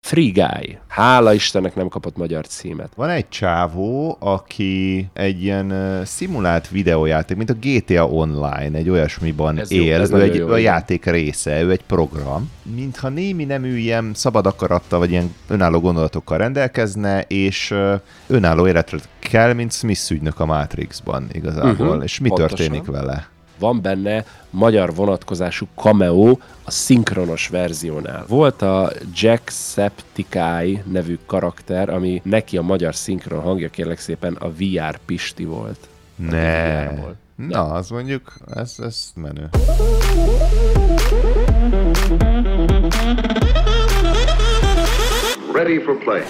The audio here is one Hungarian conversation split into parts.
Free Guy. Hála Istennek nem kapott magyar címet. Van egy csávó, aki egy ilyen szimulált videójáték, mint a GTA Online, egy olyasmiban él. Ő egy játék része, ő egy program. Mintha némi nemű ilyen szabad akarattal, vagy ilyen önálló gondolatokkal rendelkezne, és önálló életre kell, mint Smith ügynök a Matrixban igazából. És mi történik vele? Van benne magyar vonatkozású cameo a szinkronos verziónál. Volt a Jacksepticeye nevű karakter, ami neki a magyar szinkron hangja kérlek szépen a VR Pisti volt. Na, az mondjuk, ez menő. Ready for play.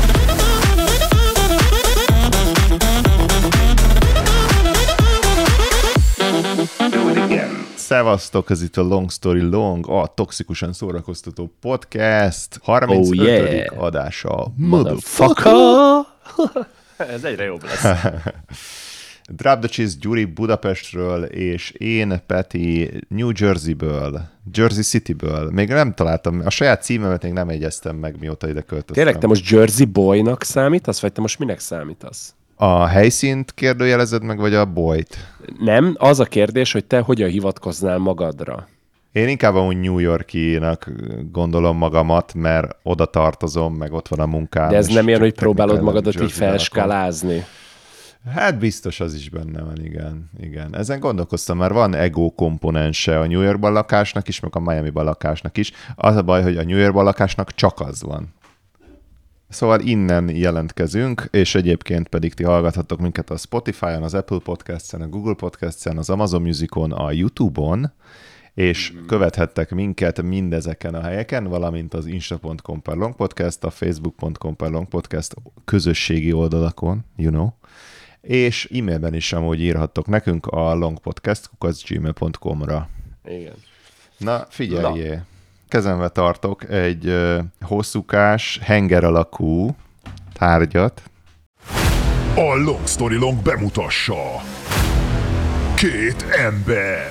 Szevasztok, ez itt a Long Story Long, a toxikusan szórakoztató podcast 35. adása. Motherfucker! Ez egyre jobb lesz. Drop the Cheese Gyuri Budapestről, és én Peti New Jerseyből, Jersey Cityből. Még nem találtam, a saját címemet még nem egyeztem meg, mióta ide költöztem. Tényleg te most Jersey Boynak számítasz, vagy te most minek számítasz? A helyszínt kérdőjelezed meg, vagy a boyt? Nem, az a kérdés, hogy te hogyan hivatkoznál magadra. Én inkább amúgy New York-inak gondolom magamat, mert oda tartozom, meg ott van a munkám. De ez nem ilyen, hogy próbálod magadat így felskálázni? Hát biztos az is benne van, igen. Ezen gondolkoztam, mert van ego komponense a New Yorkban lakásnak is, meg a Miamiban lakásnak is. Az a baj, hogy a New Yorkban lakásnak csak az van. Szóval innen jelentkezünk, és egyébként pedig ti hallgathatok minket a Spotify-on, az Apple Podcast-en, a Google Podcast-en, az Amazon Music-on, a YouTube-on, és követhettek minket mindezeken a helyeken, valamint az insta.com/longpodcast, a facebook.com/longpodcast közösségi oldalakon, és e-mailben is amúgy írhattok nekünk a longpodcast@gmail.com-ra. Igen. Na, figyeljé! Kezembe tartok egy hosszúkás, henger alakú tárgyat. A Long Story Long bemutassa. 2 ember.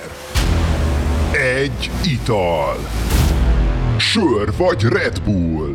1 ital. Sör vagy Red Bull.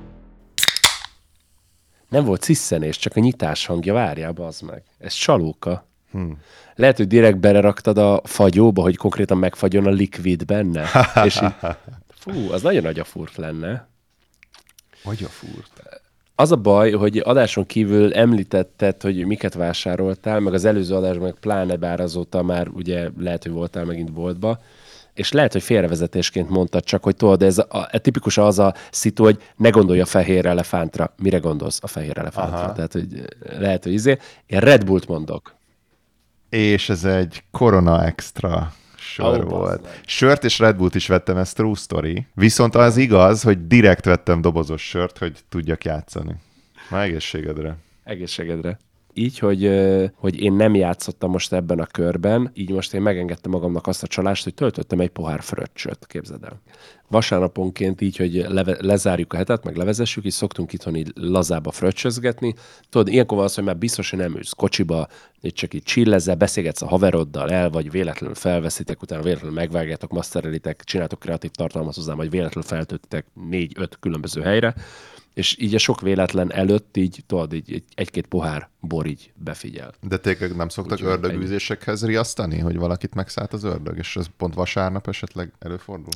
Nem volt sziszenés, csak a nyitás hangja, várjál, bazd meg. Ez csalóka. Lehet, hogy direkt beleraktad a fagyóba, hogy konkrétan megfagyjon a likvid benne. És így, fú, az nagyon agyafúrt lenne. Agyafúrt? Az a baj, hogy adáson kívül említetted, hogy miket vásároltál, meg az előző adásban meg pláne, bár azóta már ugye lehet, hogy voltál megint boltba, és lehet, hogy félrevezetésként mondtad csak, hogy tudod, ez tipikus az a szitu, hogy ne gondolj a fehér elefántra. Mire gondolsz a fehér elefántra? Aha. Tehát, hogy lehet, hogy én Red Bullt mondok. És ez egy Corona Extra sör volt. Sört és Red Bullt is vettem, ez true story. Viszont az igaz, hogy direkt vettem dobozos sört, hogy tudjak játszani. Már egészségedre. Egészségedre. Így, hogy én nem játszottam most ebben a körben, így most én megengedtem magamnak azt a csalást, hogy töltöttem egy pohár fröccsöt, képzeld el. Vasárnaponként így, hogy lezárjuk a hetet, meg levezessük, és szoktunk itthon így lazába fröccsözgetni. Tudod, ilyenkor van az, hogy már biztos, hogy nem ülsz kocsiba, így csak így chillezel, beszélgetsz a haveroddal vagy véletlenül felveszitek, utána véletlenül megvágjátok, masterelitek, csináltok kreatív tartalmat hozzá, vagy véletlenül feltöltitek 4-5 különböző helyre, és így a sok véletlen előtt így, tudod, így egy-két pohár bor így befigyel. De tényleg nem szoktak ördögűzésekhez riasztani, hogy valakit megszállt az ördög, és ez pont vasárnap esetleg előfordul?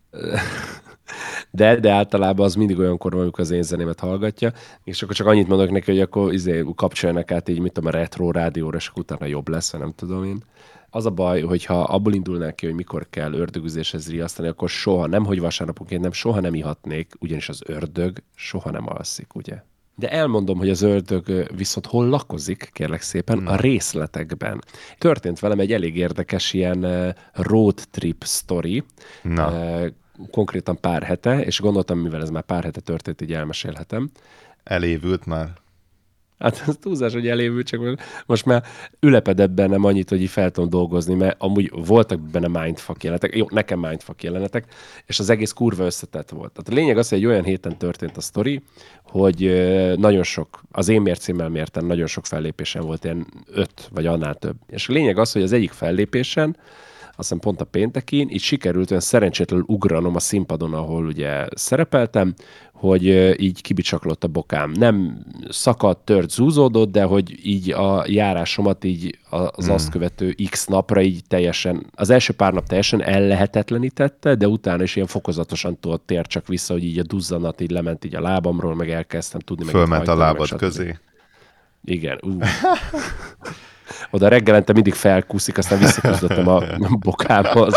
De általában az mindig olyankor van, amikor az én zenémet hallgatja, és akkor csak annyit mondok neki, hogy akkor kapcsoljanak át így, mit tudom, a retro rádióra, és akkor utána jobb lesz, vagy nem tudom én. Az a baj, hogyha abból indulnák ki, hogy mikor kell ördögüzéshez riasztani, akkor soha, nem hogy vasárnaponként, nem, soha nem ihatnék, ugyanis az ördög soha nem alszik, ugye? De elmondom, hogy az ördög viszont hol lakozik, kérlek szépen, a részletekben. Történt velem egy elég érdekes ilyen road trip story, konkrétan pár hete, és gondoltam, mivel ez már pár hete történt, így elmesélhetem. Elévült már? Hát ez túlzás, hogy elévült, csak most már ülepedett bennem annyit, hogy így fel tudom dolgozni, mert amúgy voltak benne mindfuck jelenetek, jó, nekem mindfuck jelenetek, és az egész kurva összetett volt. Tehát a lényeg az, hogy egy olyan héten történt a sztori, hogy nagyon sok, az én mércémmel mérten nagyon sok fellépésen volt, ilyen 5 vagy annál több. És a lényeg az, hogy az egyik fellépésen hiszem pont a péntekén, így sikerült olyan szerencsétlenül ugranom a színpadon, ahol ugye szerepeltem, hogy így kibicsaklott a bokám. Nem szakadt, tört, zúzódott, de hogy így a járásomat így az azt követő X napra így teljesen, az első pár nap teljesen ellehetetlenítette, de utána is ilyen fokozatosan tér csak vissza, hogy így a duzzanat így lement így a lábamról, meg elkezdtem tudni. Fölment a lábad közé. Igen. Oda reggelente mindig felkúszik, aztán visszaküzdöttem a bokámhoz.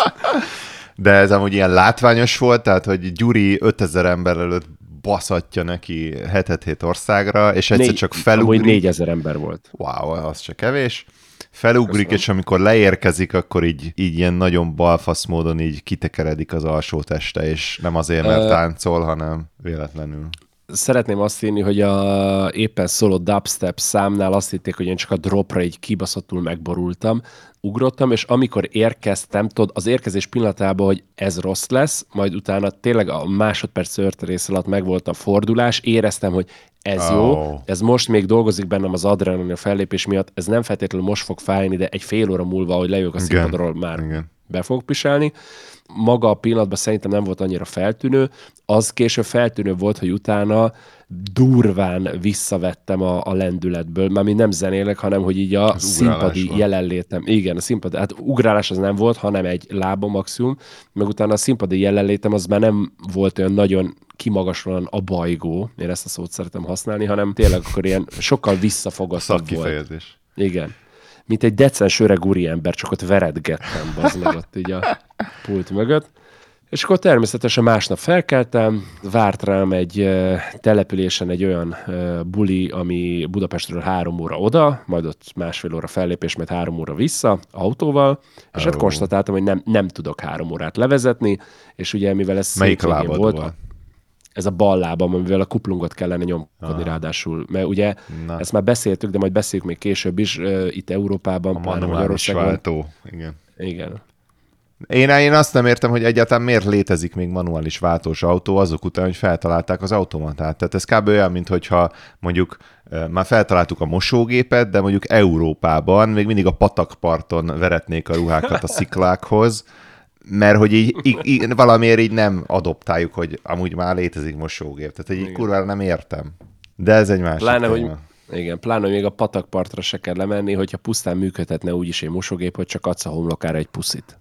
De ez amúgy ilyen látványos volt, tehát hogy Gyuri 5000 ember előtt baszatja neki hetet országra, és egyszer csak felugrik. Amúgy 4000 ember volt. Wow, az csak kevés. Felugrik, és amikor leérkezik, akkor így ilyen nagyon balfasz módon így kitekeredik az alsó teste, és nem azért, mert táncol, hanem véletlenül. Szeretném azt írni, hogy éppen szóló dubstep számnál azt hitték, hogy én csak a dropra így kibaszottul megborultam, ugrottam, és amikor érkeztem, tudod, az érkezés pillanatában, hogy ez rossz lesz, majd utána tényleg a másodperc rész alatt megvolt a fordulás, éreztem, hogy ez jó, ez most még dolgozik bennem az adrenalin a fellépés miatt, ez nem feltétlenül most fog fájni, de egy fél óra múlva, hogy lejövök a színpadról, már be fog piselni. Maga a pillanatban szerintem nem volt annyira feltűnő, az később feltűnő volt, hogy utána durván visszavettem a lendületből, mármint nem zenélek, hanem hogy így a színpadi jelenlétem. Igen, a színpadi, hát ugrálás az nem volt, hanem egy lába maximum, meg utána a színpadi jelenlétem az már nem volt olyan nagyon kimagasolan a bajgó, én ezt a szót szeretem használni, hanem tényleg akkor ilyen sokkal visszafogottabb volt. Igen. Mint egy decens öreg úriember, csak ott veredgettem, bazd meg ott így a pult mögött. És akkor természetesen másnap felkeltem, várt rám egy településen egy olyan buli, ami Budapestről 3 óra oda, majd ott másfél óra fellépés, majd 3 óra vissza autóval, és hát konstatáltam, hogy nem tudok 3 órát levezetni, és ugye mivel ez szétvégén volt, ez a bal lábam, amivel a kuplungot kellene nyomkodni ráadásul. Mert ugye ezt már beszéltük, de majd beszéljük még később is, itt Európában. A manuális váltó, igen. Igen. Én azt nem értem, hogy egyáltalán miért létezik még manuális váltós autó azok után, hogy feltalálták az automatát. Tehát ez kb. Olyan, mintha mondjuk már feltaláltuk a mosógépet, de mondjuk Európában még mindig a patakparton veretnék a ruhákat a sziklákhoz, mert hogy így valamiért így nem adoptáljuk, hogy amúgy már létezik mosógép. Tehát így kurvára nem értem. De ez egy másik téma. Igen, pláne, hogy még a patakpartra se kell lemenni, hogyha pusztán működhetne úgyis egy mosógép, hogy csak adsz a homlokára egy puszit.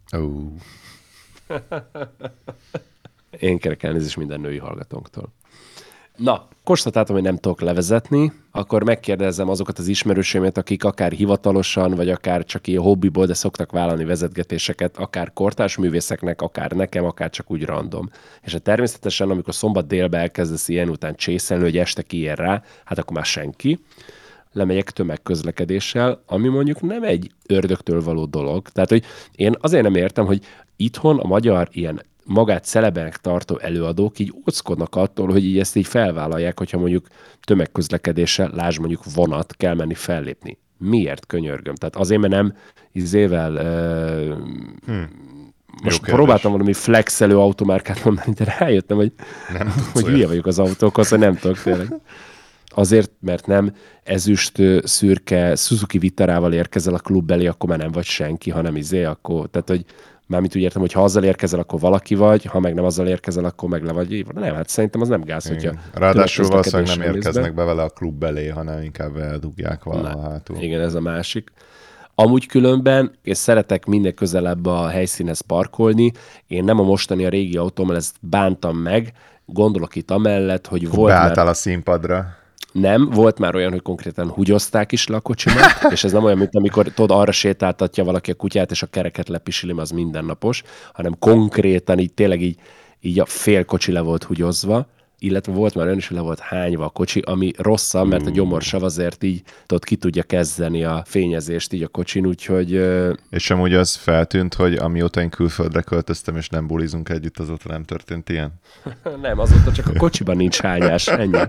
Én kérek elnézést minden női hallgatónktól. Na, konstatáltam, hogy nem tudok levezetni, akkor megkérdezem azokat az ismerőseimet, akik akár hivatalosan, vagy akár csak ilyen hobbiból, de szoktak vállalni vezetgetéseket, akár kortárs művészeknek, akár nekem, akár csak úgy random. És hát természetesen, amikor szombat délbe elkezdesz ilyen után csészelni, hogy este kiér rá, hát akkor már senki. Lemegyek tömegközlekedéssel, ami mondjuk nem egy ördögtől való dolog. Tehát, hogy én azért nem értem, hogy itthon a magyar ilyen magát celebenek tartó előadók így óckodnak attól, hogy így ezt így felvállalják, hogyha mondjuk tömegközlekedéssel, lásd mondjuk vonat, kell menni fellépni. Miért, könyörgöm? Tehát azért, mert nem izével... Most próbáltam valami flexelő automárkát mondani, de rájöttem, hogy hülye vagyok az autókhoz, hogy nem tudok tényleg. Azért, mert nem ezüst, szürke Suzuki Vitarával érkezel a klub elé, akkor már nem vagy senki, hanem akkor... Tehát, hogy mármint úgy értem, hogy ha azzal érkezel, akkor valaki vagy, ha meg nem azzal érkezel, akkor meg le vagy. Nem, hát szerintem az nem gáz, hogyha... Ráadásul valószínűleg nem érkeznek be vele a klub elé, hanem inkább eldugják valahol hátul. Igen, ez a másik. Amúgy különben, és szeretek minél közelebb a helyszínhez parkolni, én nem a mostani, a régi autómmal ezt bántam meg, gondolok itt amellett, hogy volt beálltál a színpadra. Nem, volt már olyan, hogy konkrétan húgyozták is le a kocsimat, és ez nem olyan, mint amikor tudod, arra sétáltatja valaki a kutyát, és a kereket lepisili, az mindennapos, hanem konkrétan így tényleg így a fél kocsi le volt húgyozva, illetve volt már olyan is, hogy le volt hányva a kocsi, ami rosszabb, mert a gyomorsav azért így tudod, ki tudja kezdeni a fényezést így a kocsin, úgyhogy... És amúgy az feltűnt, hogy amióta én külföldre költöztem, és nem bulizunk együtt, azóta nem történt ilyen? Nem, azóta csak a kocsiban nincs hányás, ennyi.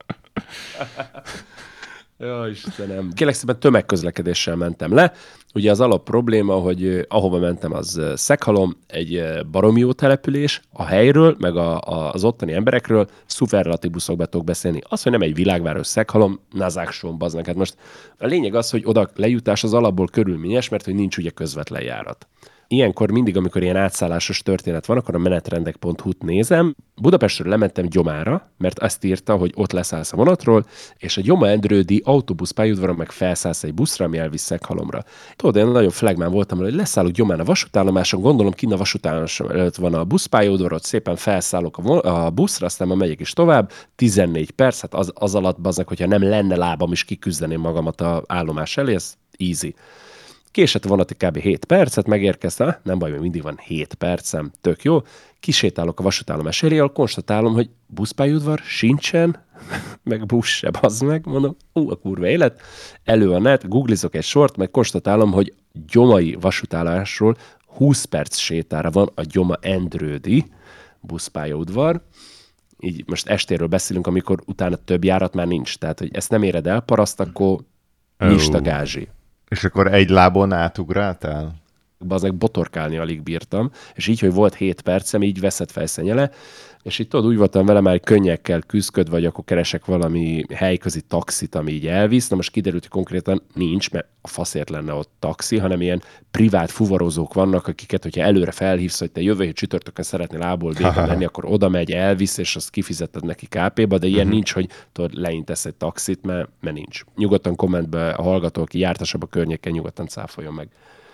Jó, Istenem. Kérlek szépen tömegközlekedéssel mentem le. Ugye az alap probléma, hogy ahova mentem, az Szekhalom, egy baromi jó település, a helyről, meg az ottani emberekről szuperlatív buszokba tudok beszélni. Az, hogy nem egy világváros Szekhalom, nazákson, baznak. Hát most a lényeg az, hogy oda lejutás az alapból körülményes, mert hogy nincs ugye közvetlen járat. Ilyenkor mindig, amikor ilyen átszállásos történet van, akkor a menetrendek.hu-t nézem. Budapestről lementem Gyomára, mert azt írta, hogy ott leszállsz a vonatról, és a Gyoma-Endrődi autóbuszpályaudvaron meg felszállsz egy buszra, ami elvisz Szekhalomra. Tudod, én nagyon flagmán voltam, hogy leszállok Gyomán a vasútállomáson, gondolom kinn a vasútállomáson előtt van a buszpályaudvar, ott szépen felszállok a buszra, aztán már megyek is tovább, 14 perc, hát az alatt baznak, hogyha nem lenne lábam is kiküzdeném magamat a állomás elé, ez easy. Késett a vonati kb. 7 percet, megérkeztem, nem baj, még mindig van 7 percem, tök jó. Kisétálok a vasútállomás elé, ahol konstatálom, hogy buszpályaudvar sincsen, meg busz se, bazd meg, mondom, a kurva élet. Elő a net, googlizok egy sort, meg konstatálom, hogy gyomai vasútállomásról 20 perc sétára van a Gyoma-Endrődi buszpályaudvar. Így most estéről beszélünk, amikor utána több járat már nincs. Tehát, hogy ezt nem éred el, paraszt, akkor nyista gázsi. És akkor egy lábon átugráltál? Bazeg botorkálni alig bírtam, és így, hogy volt 7 percem, így veszett fejszennyele, és itt tudod, úgy voltam vele már, hogy könnyekkel küzdköd, vagy akkor keresek valami helyközi taxit, ami így elvisz. Na most kiderült, hogy konkrétan nincs, mert a faszért lenne ott taxi, hanem ilyen privát fuvarozók vannak, akiket, hogyha előre felhívsz, hogy te jövő hét csütörtökön szeretnél A-ból B-be menni, akkor oda megy, elvisz, és azt kifizeted neki KP-ba, de ilyen nincs, hogy tudod, leintesz egy taxit, mert nincs. Nyugodtan kommentbe a hallgató, aki jártasabb a környéken, nyugodtan cáfoljon meg.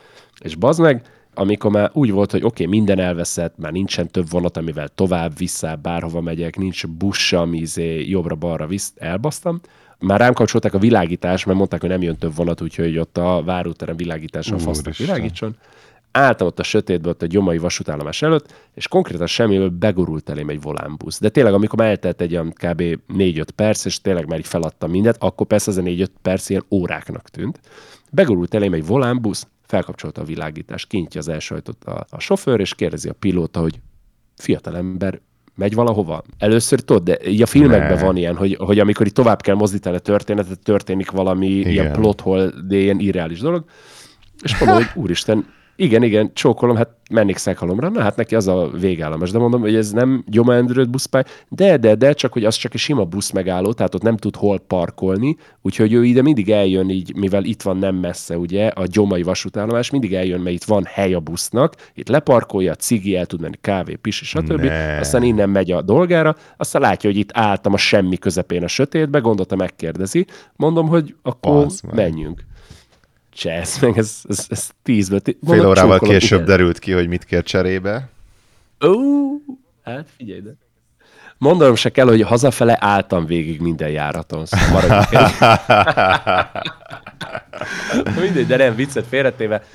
És bazd meg, amikor már úgy volt, hogy oké, minden elveszett, már nincsen több vonat, amivel tovább, vissza, bárhova megyek, nincs busz, ami jobbra-balra elbasztam. Már rám kapcsolták a világítást, mert mondták, hogy nem jön több vonat, úgyhogy ott a váróterem világításon fasznak világítson. Álltam ott a sötétbe, ott a gyomai vasútállomás előtt, és konkrétan semmiből begurult elém egy volánbusz. De tényleg, amikor már eltelt egy olyan kb. 4-5 perc, és tényleg már így feladtam mindent, akkor persze az a 4-5 perc ilyen óráknak tűnt. Begurult elém egy volánbusz, felkapcsolta a világítást, kinyitja az első ajtót a sofőr, és kérdezi a pilóta, hogy fiatalember megy valahova. Először tudod, de így a filmekben van ilyen, hogy amikor itt tovább kell mozdítani a történetet, történik valami ilyen plot hole, de ilyen irreális dolog, és mondom, hogy úristen, igen, csókolom, hát mennék Szekhalomra, na hát neki az a végállomás, de mondom, hogy ez nem Gyoma-Endrőd buszpálya, de, csak hogy az csak egy sima busz megálló, tehát ott nem tud hol parkolni, úgyhogy ő ide mindig eljön így, mivel itt van nem messze ugye a gyomai vasútállomás, mindig eljön, mert itt van hely a busznak, itt leparkolja, cigi, el tud menni, kávé, pisi, stb. Aztán innen megy a dolgára, aztán látja, hogy itt álltam a semmi közepén a sötétbe, gondolta megkérdezi, mondom, hogy akkor menjünk. Csesz, meg ez 10-ből. Fél órával később derült ki, hogy mit kér cserébe. Hát figyelj, de. Mondanom se kell, hogy hazafele álltam végig minden járaton, szóval maradjunk el. Mindegy, de nem, viccet félretéve.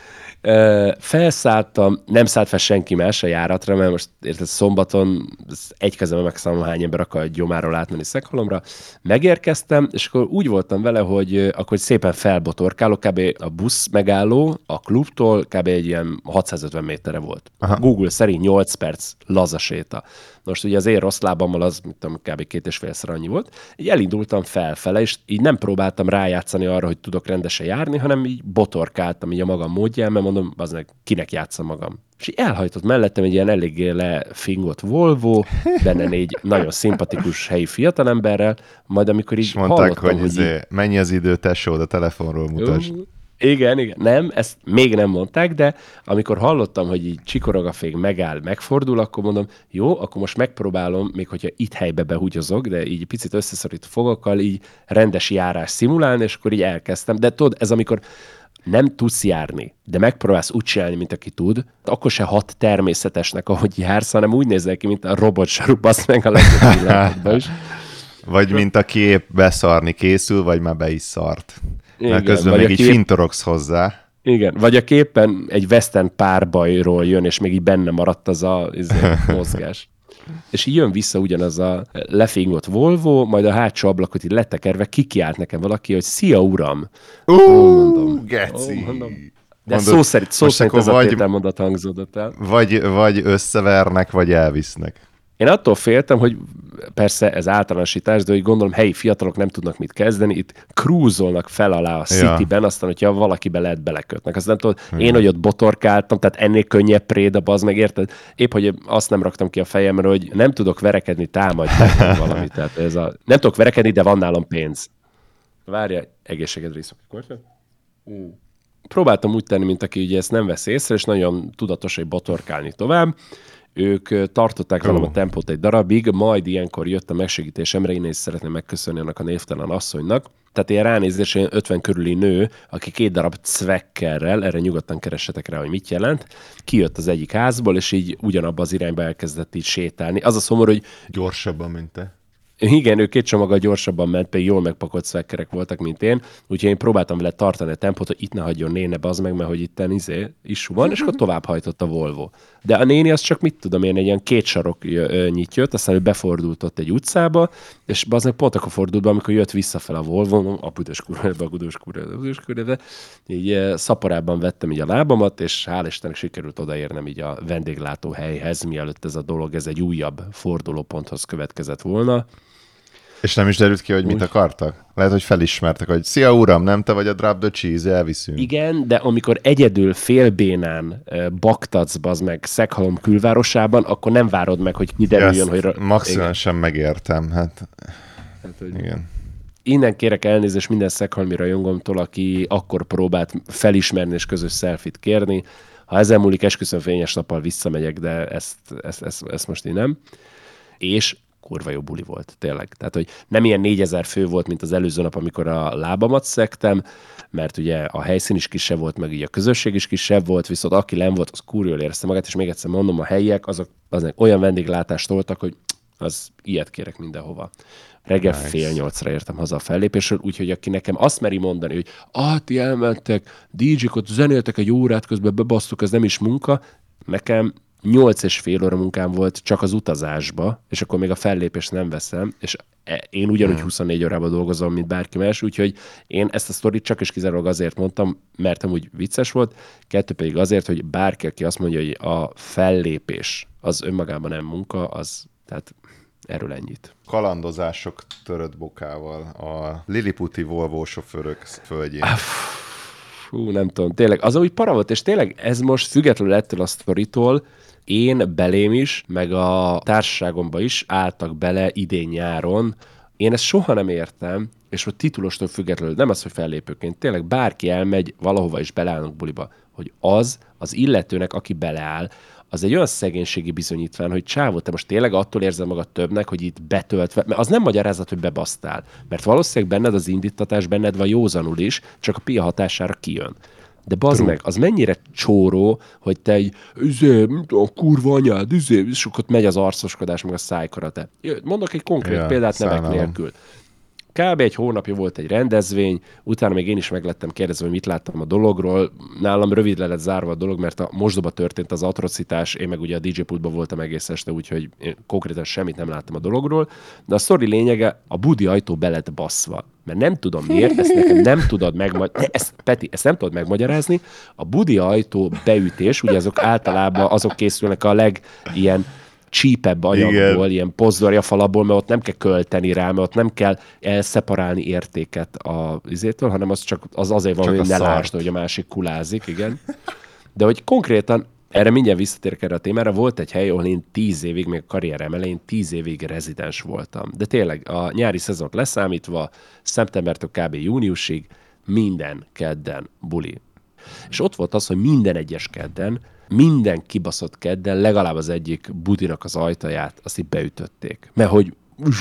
Felszálltam, nem szállt fel senki más a járatra, mert most érted, szombaton egy kezemben megszállom, hány ember akar egy Gyomáról átmenni Szekhalomra. Megérkeztem, és akkor úgy voltam vele, hogy akkor szépen felbotorkálok, kb. A busz megálló a klubtól kb. Egy ilyen 650 méterre volt. Aha. Google szerint 8 perc laza séta. Most ugye az én rossz lábammal az, mit tudom, kb. 2,5-szer annyi volt. Így elindultam felfele, és így nem próbáltam rájátszani arra, hogy tudok rendesen járni, hanem így botorkáltam így a magam módján, mert mondom, az meg kinek játszom magam. És így elhajtott mellettem egy ilyen eléggé lefingott Volvo, benne egy nagyon szimpatikus helyi fiatalemberrel, majd amikor így és mondták, hallottam, hogy így... mennyi az idő, tesód, a telefonról mutasd. Igen. Nem, ezt még nem mondták, de amikor hallottam, hogy így csikorog a fék, megáll, megfordul, akkor mondom, jó, akkor most megpróbálom, még hogyha itt helybe behúgyozok, de így picit összeszorít fogakkal, így rendes járás szimulálni, és akkor így elkezdtem. De tudod, ez amikor nem tudsz járni, de megpróbálsz úgy csinálni, mint aki tud, akkor se hat természetesnek, ahogy jársz, hanem úgy nézel ki, mint a robotsarup, azt meg a legjobb pillanatban is. Vagy mint aki épp beszarni készül, vagy már be is szart. Igen, mert közben még így fintorogsz hozzá. Igen, vagy a képen egy western párbajról jön, és még így benne maradt az a mozgás. És így jön vissza ugyanaz a lefingott Volvo, majd a hátsó ablakot így letekerve kikiált nekem valaki, hogy szia uram! Mondom. Geci! De mondod, szó szerint ez a tételmondat hangzódott el. Vagy összevernek, vagy elvisznek. Én attól féltem, hogy persze ez általánosítás, de hogy gondolom helyi fiatalok nem tudnak mit kezdeni, itt krúzolnak fel alá a Cityben, aztán, hogyha valakibe lehet belekötnek. Aztán tudod, én, hogy ott botorkáltam, tehát ennél könnyebb préda, bazd meg, érted? Épp, hogy azt nem raktam ki a fejemre, hogy nem tudok verekedni, támadj valamit. Tehát ez a... Nem tudok verekedni, de van nálam pénz. Várja, egészségedre iszok. próbáltam úgy tenni, mint aki ugye ezt nem vesz észre, és nagyon tudatos, hogy botorkálni tovább. Ők tartották velem a tempót egy darabig, majd ilyenkor jött a megsegítésemre, én is szeretném megköszönni annak a névtelen asszonynak. Tehát ilyen ránézés, 50 körüli nő, aki 2 darab cvekkerrel, erre nyugodtan keressetek rá, hogy mit jelent, kijött az egyik házból, és így ugyanabba az irányba elkezdett így sétálni. Az a szomorú, hogy Gyorsabban, mint te. igen, ő 2 csomaggal gyorsabban ment, pedig jól megpakolt szvekkerek voltak, mint én, úgyhogy én próbáltam vele tartani a tempót, hogy itt ne hagyjon néne, bazd meg, mert hogy itten issue van, és akkor tovább hajtott a Volvo. De a néni az csak mit tudom én, egy ilyen 2 sarok jött, aztán ő befordult ott egy utcába, és bazd meg pont akkor fordult be, amikor jött visszafel a Volvo, a büdös kurva, így szaporában vettem így a lábamat, és hál' Istennek sikerült odaérnem így a vendéglátóhelyhez, mielőtt ez egy újabb fordulóponthoz következett volna. És nem is derült ki, hogy mit akartak? Lehet, hogy felismertek, hogy szia uram, nem te vagy a Drop the Cheese, elviszünk. Igen, de amikor egyedül félbénán baktatsz, bazd meg Szekhalom külvárosában, akkor nem várod meg, hogy kiderüljön, hogy... Maximum sem megértem, hát hogy igen. Innen kérek elnézést minden szekhalmi rajongomtól, aki akkor próbált felismerni és közös selfit kérni. Ha ezen múlik, esküszöm fényes nappal visszamegyek, de ezt most én nem. És kurva jó buli volt, tényleg. Tehát, hogy nem ilyen 4000 fő volt, mint az előző nap, amikor a lábamat szektem, mert ugye a helyszín is kisebb volt, meg így a közösség is kisebb volt, viszont aki len volt, az kurva jól érezte magát, és még egyszer mondom, a helyiek, azok olyan vendéglátást voltak, hogy az ilyet kérek mindenhova. Reggel Nice. 7:30-ra értem haza a fellépésről, úgyhogy aki nekem azt meri mondani, hogy ti elmentek, DJ-k ott zenéltek egy órát, közben bebasztuk, ez nem is munka, nekem 8,5 óra munkám volt csak az utazásba, és akkor még a fellépést nem veszem, és én ugyanúgy 24 órában dolgozom, mint bárki más, úgyhogy én ezt a sztorit csak és kizárólag azért mondtam, mert amúgy vicces volt, 2 pedig azért, hogy bárki, aki azt mondja, hogy a fellépés az önmagában nem munka, az, tehát erről ennyit. Kalandozások törött bokával a liliputi Volvo sofőrök földjén. Fú, nem tudom, tényleg, az úgy para volt, és tényleg ez most függetlenül ettől a sztoritól, én belém is, meg a társaságomba is álltak bele idén-nyáron. Én ezt soha nem értem, és hogy titulostól függetlenül, nem az, hogy fellépőként, tényleg bárki elmegy valahova és beleállnak buliba, hogy az illetőnek, aki beleáll, az egy olyan szegénységi bizonyítvány, hogy csávó, te most tényleg attól érzed magad többnek, hogy itt betöltve, mert az nem magyarázat, hogy bebasztál, mert valószínűleg benned az indítatás, benned van józanul is, csak a pia hatására kijön. De bazd meg, az mennyire csóró, hogy te egy, a kurva anyád, és akkor megy az arcoskodás, meg a szájkarate. Mondok egy konkrét példát nevek nélkül. Kb. Egy hónapja volt egy rendezvény, utána még én is meglettem kérdezve, hogy mit láttam a dologról. Nálam rövid le lett zárva a dolog, mert a mosdóba történt az atrocitás, én meg ugye a DJ pultban voltam egész este, úgyhogy én konkrétan semmit nem láttam a dologról. De a sztori lényege, a budi ajtó be lett basszva. Mert nem tudom miért, ezt nekem nem tudod Peti, ezt nem tudod megmagyarázni. A budi ajtó beütés, ugye azok általában azok készülnek a ilyen csípebb anyagból, igen, ilyen pozdorja falabból, mert ott nem kell költeni rá, mert ott nem kell elszeparálni értéket izétől, hanem az csak azért van, hogy ne lásd, hogy a másik kulázik, igen. De hogy konkrétan, erre mindjárt visszatérek erre a témára, volt egy hely, ahol én 10 évig, még a karrierem elején 10 évig rezidens voltam. De tényleg a nyári szezont leszámítva, szeptembertől kb. Júniusig minden kedden buli. És ott volt az, hogy minden egyes kedden, minden kibaszott kedden legalább az egyik budinak az ajtaját azt így beütötték. Mert hogy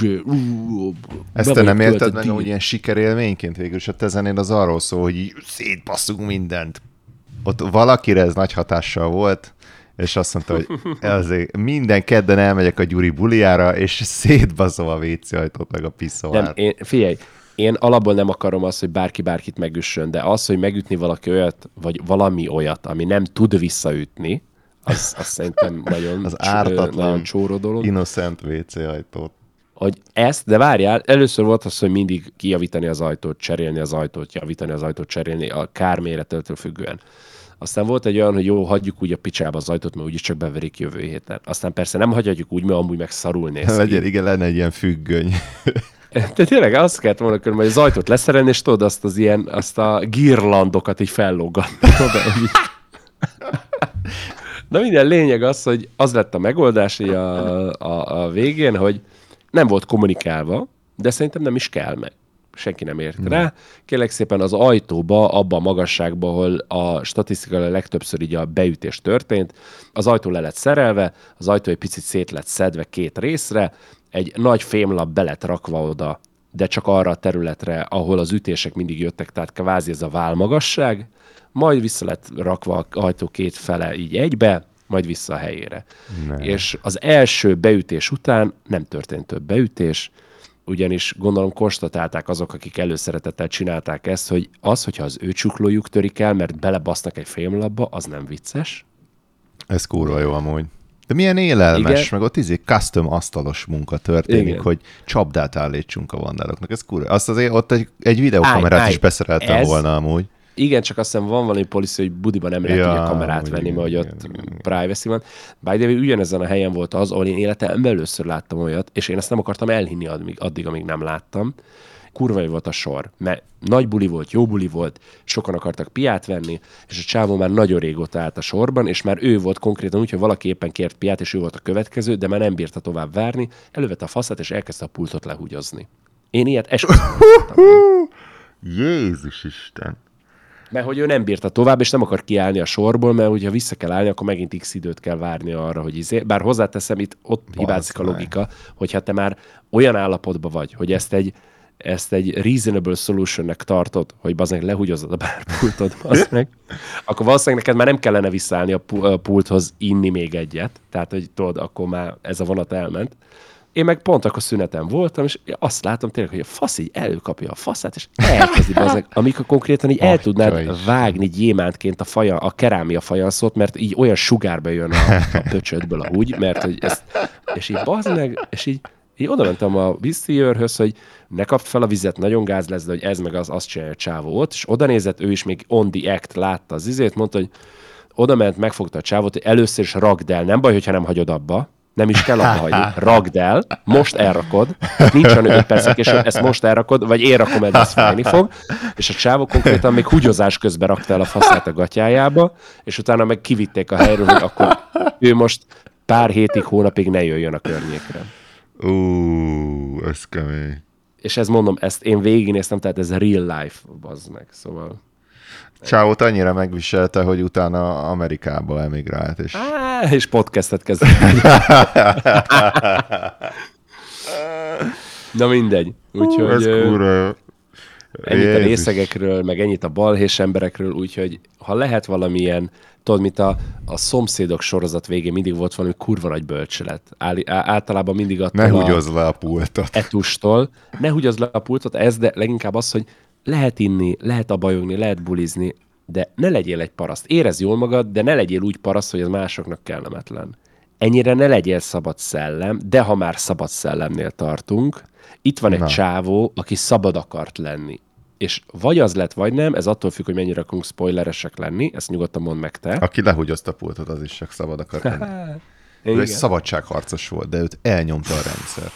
ezt te nem élted meg, hogy ilyen sikerélményként végül, és a te zenéd az arról szól, hogy így szétbasszunk mindent. Ott valakire ez nagy hatással volt, és azt mondta, hogy azért minden kedden elmegyek a Gyuri buliára, és szétbaszom a WC ajtót meg a piszóárt. Nem, figyelj, én alapból nem akarom azt, hogy bárki bárkit megüssön, de az, hogy megütni valaki olyat, vagy valami olyat, ami nem tud visszaütni, az szerintem nagyon, az ártatlan, nagyon csóró dolog. innocent WC ajtót. Hogy de várjál, először volt az, hogy mindig kijavítani az ajtót, cserélni az ajtót, javítani az ajtót, cserélni a kármérettől függően. Aztán volt egy olyan, hogy jó, hagyjuk úgy a picsába az ajtót, mert úgyis csak beverik jövő héten. Aztán persze nem hagyhatjuk úgy, mert amúgy meg szarul néz ki. Igen, lenne egy ilyen függöny. De tényleg azt kellett volna körülbelül, hogy az ajtót leszerelni, és tudod azt a girlandokat így fellógatni. Na minden lényeg az, hogy az lett a megoldás a végén, hogy nem volt kommunikálva, de szerintem nem is kell meg. senki nem ért rá. Kérlek szépen az ajtóba, abba a magasságba, ahol a statisztikailag legtöbbször így a beütés történt, az ajtó le lett szerelve, az ajtó egy picit szét lett szedve 2 részre, egy nagy fémlap be lett rakva oda, de csak arra a területre, ahol az ütések mindig jöttek, tehát kvázi ez a válmagasság, majd vissza lett rakva az ajtó 2 fele így egybe, majd vissza a helyére. És az első beütés után nem történt több beütés, ugyanis gondolom konstatálták azok, akik előszeretettel csinálták ezt, hogy az, hogyha az ő csuklójuk törik el, mert belebasznak egy fémlapba, az nem vicces. Ez kurva jó amúgy. De milyen élelmes, Igen. meg ott custom asztalos munka történik, Igen. hogy csapdát állítsunk a vandáloknak. Ez kurva. Azt azért ott egy videókamerát is beszereltem volna amúgy. Igen, csak azt hiszem van valami policy, hogy budiban nem lehet ugye kamerát venni, mert hogy ott privacy van. By the way, ugyanezen a helyen volt az, ahol én életemben először láttam olyat, és én ezt nem akartam elhinni addig, amíg nem láttam. Kurva jó volt a sor, mert nagy buli volt, jó buli volt, sokan akartak piát venni, és a csávó már nagyon régóta állt a sorban, és már ő volt konkrétan úgy, hogy valaki éppen kért piát, és ő volt a következő, de már nem bírta tovább várni, elővette a faszát, és elkezdte a pultot lehúgyozni. Én ilyet Jézus Isten! Mert hogy ő nem bírta tovább, és nem akar kiállni a sorból, mert hogyha vissza kell állni, akkor megint x időt kell várni arra, hogy bár hozzáteszem, itt ott hibázik a logika, hogyha te már olyan állapotban vagy, hogy ezt egy reasonable solutionnek tartod, hogy bazdmeg lehúgyozod a bárpultod, bazdmeg, akkor valószínűleg neked már nem kellene visszaállni a pulthoz inni még egyet, tehát hogy tudod, akkor már ez a vonat elment. Én meg pont akkor szünetem voltam, és azt látom tényleg, hogy a fasz így előkapja a faszát, és elkezdi bazdmeg, amikor konkrétan így el tudnád vágni gyémántként a kerámia fajanszót, mert így olyan sugárba jön a pöcsödből a húgy, mert hogy ezt, és így bazdmeg, és így oda mentem a vízszíjőrhöz, hogy ne kapd fel a vizet, nagyon gáz lesz, de hogy ez meg azt csinálja a csávó ott, és oda nézett, ő is még on the act látta az izét, mondta, hogy oda ment, megfogta a csávót, hogy először is ragd el, nem baj, hogyha nem hagyod abba, nem is kell abba hagyni, ragd el, most elrakod, nincs olyan 5 percek később, ezt most elrakod, vagy én rakom el, ez fájni fog, és a csávó konkrétan még húgyozás közben rakta el a faszát a gatyájába, és utána meg kivitték a helyről, hogy akkor ő most pár hétig, hónapig ne jöjjön a környékre. Ez kemény. És ezt mondom, ezt én végignéztem, tehát ez real life, bazd meg, szóval... Csávót annyira megviselte, hogy utána Amerikába emigrált, és podcastet kezdett. Na mindegy. Úgyhogy ez kurva. ennyit a részegekről, meg ennyit a balhés emberekről, úgyhogy ha lehet valamilyen, tudod, mint a szomszédok sorozat végén mindig volt valami kurva nagy bölcselet. Általában mindig attól ne húgyozz le a pultot. Etustól. Ne húgyozz le a pultot, de leginkább az, hogy lehet inni, lehet abajogni, lehet bulizni, de ne legyél egy paraszt. Érezd jól magad, de ne legyél úgy paraszt, hogy ez másoknak kellemetlen. Ennyire ne legyél szabad szellem, de ha már szabad szellemnél tartunk, itt van egy csávó, aki szabad akart lenni. És vagy az lett, vagy nem, ez attól függ, hogy mennyire akarunk spoileresek lenni, ezt nyugodtan mondd meg te. Aki lehúgyozta a pultot, az is csak szabad akart lenni. Ő egy szabadságharcos volt, de őt elnyomta a rendszer.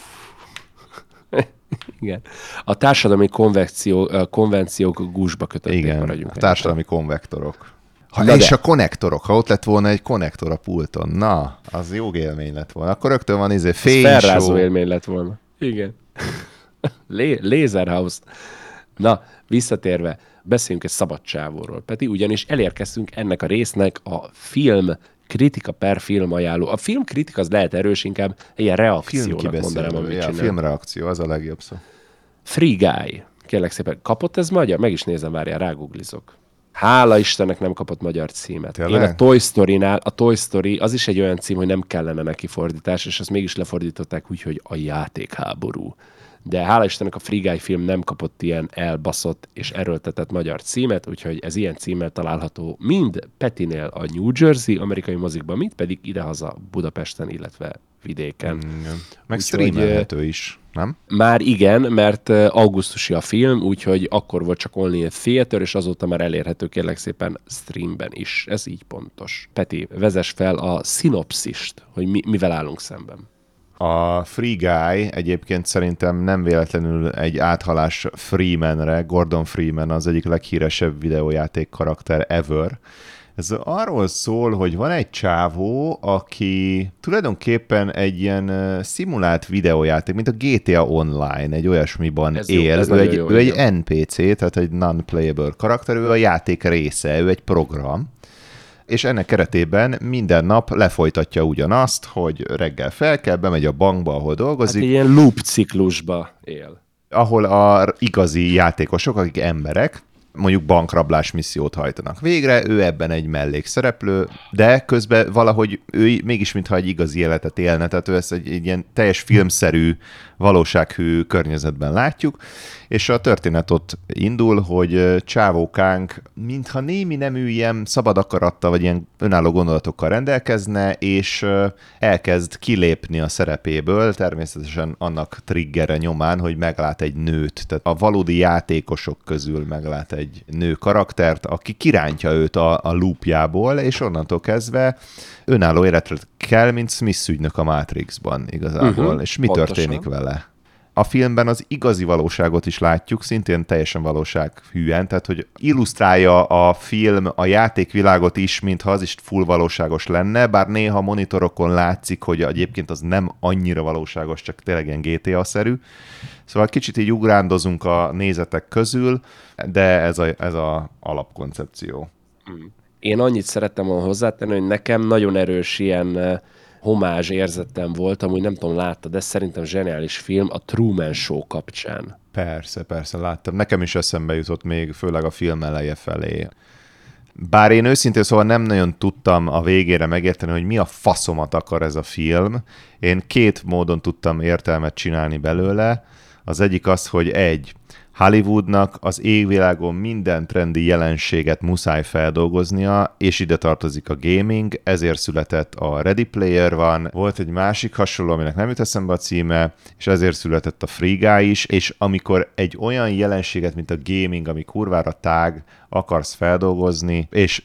Igen. A társadalmi konvenciók gúzsba kötötték. Igen, a társadalmi konvektorok. A konnektorok, ha ott lett volna egy konnektor a pulton, na, az jó élmény lett volna. Akkor rögtön van fényshow. Felrázó élmény lett volna. Igen. Laserhouse. Na, visszatérve, beszéljünk egy szabad csávóról. Peti, ugyanis elérkeztünk ennek a résznek a film kritika per film ajánló. A film kritika az lehet erős, inkább ilyen reakciónak mondanám, amit csinál. Filmreakció, az a legjobb szó. Free Guy. Kérlek szépen, kapott ez magyar? Meg is nézem, várjál, rágooglizok. Hála Istennek nem kapott magyar címet. Tényleg? Én a Toy Story-nál, a Toy Story az is egy olyan cím, hogy nem kellene neki fordítás, és azt mégis lefordították úgy, hogy a játékháború. De hála Istennek a Free Guy film nem kapott ilyen elbaszott és erőltetett magyar címet, úgyhogy ez ilyen címmel található mind Petinél a New Jersey amerikai mozikban, mind pedig idehaza Budapesten, illetve vidéken. Meg streamelhető is, nem? Már igen, mert augusztusi a film, úgyhogy akkor volt csak only in theater, és azóta már elérhető kérlek szépen streamben is. Ez így pontos. Peti, vezess fel a szinopszist, hogy mivel állunk szemben. A Free Guy egyébként szerintem nem véletlenül egy áthalás Freemanre. Gordon Freeman az egyik leghíresebb videójáték karakter ever. Ez arról szól, hogy van egy csávó, aki tulajdonképpen egy ilyen szimulált videójáték, mint a GTA Online, egy olyasmiban él. Ő egy NPC, tehát egy non-playable karakter, ő a játék része, ő egy program. És ennek keretében minden nap lefolytatja ugyanazt, hogy reggel felkel, bemegy a bankba, ahol dolgozik. Hát egy ilyen loop ciklusba él. Ahol a igazi játékosok, akik emberek, mondjuk bankrablás missziót hajtanak végre, ő ebben egy mellékszereplő, de közben valahogy ő mégis mintha egy igazi életet élne, tehát ő ezt egy ilyen teljes filmszerű, valósághű környezetben látjuk, és a történet ott indul, hogy csávókánk mintha némi nemű ilyen szabad akarattal, vagy ilyen önálló gondolatokkal rendelkezne, és elkezd kilépni a szerepéből, természetesen annak triggere nyomán, hogy meglát egy nőt, tehát a valódi játékosok közül meglát egy nő karaktert, aki kirántja őt a loopjából, és onnantól kezdve önálló életre kell, mint Smith ügynök a Matrixban igazából. És mi pontosan történik vele? A filmben az igazi valóságot is látjuk, szintén teljesen valósághűen, tehát hogy illusztrálja a film a játékvilágot is, mintha az is full valóságos lenne, bár néha monitorokon látszik, hogy egyébként az nem annyira valóságos, csak tényleg ilyen GTA-szerű. Szóval kicsit így ugrándozunk a nézetek közül, de ez a alapkoncepció. Én annyit szerettem volna hozzátenni, hogy nekem nagyon erős ilyen homázs érzetem volt, amúgy nem tudom, láttad, de szerintem zseniális film a Truman Show kapcsán. Persze, láttam. Nekem is eszembe jutott még, főleg a film eleje felé. Bár én őszintén szóval nem nagyon tudtam a végére megérteni, hogy mi a faszomat akar ez a film. Én két módon tudtam értelmet csinálni belőle. Az egyik az, hogy Hollywoodnak az égvilágon minden trendi jelenséget muszáj feldolgoznia, és ide tartozik a gaming, ezért született a Ready Player One, volt egy másik hasonló, aminek nem jut eszembe a címe, és ezért született a Free Guy is, és amikor egy olyan jelenséget, mint a gaming, ami kurvára tág, akarsz feldolgozni, és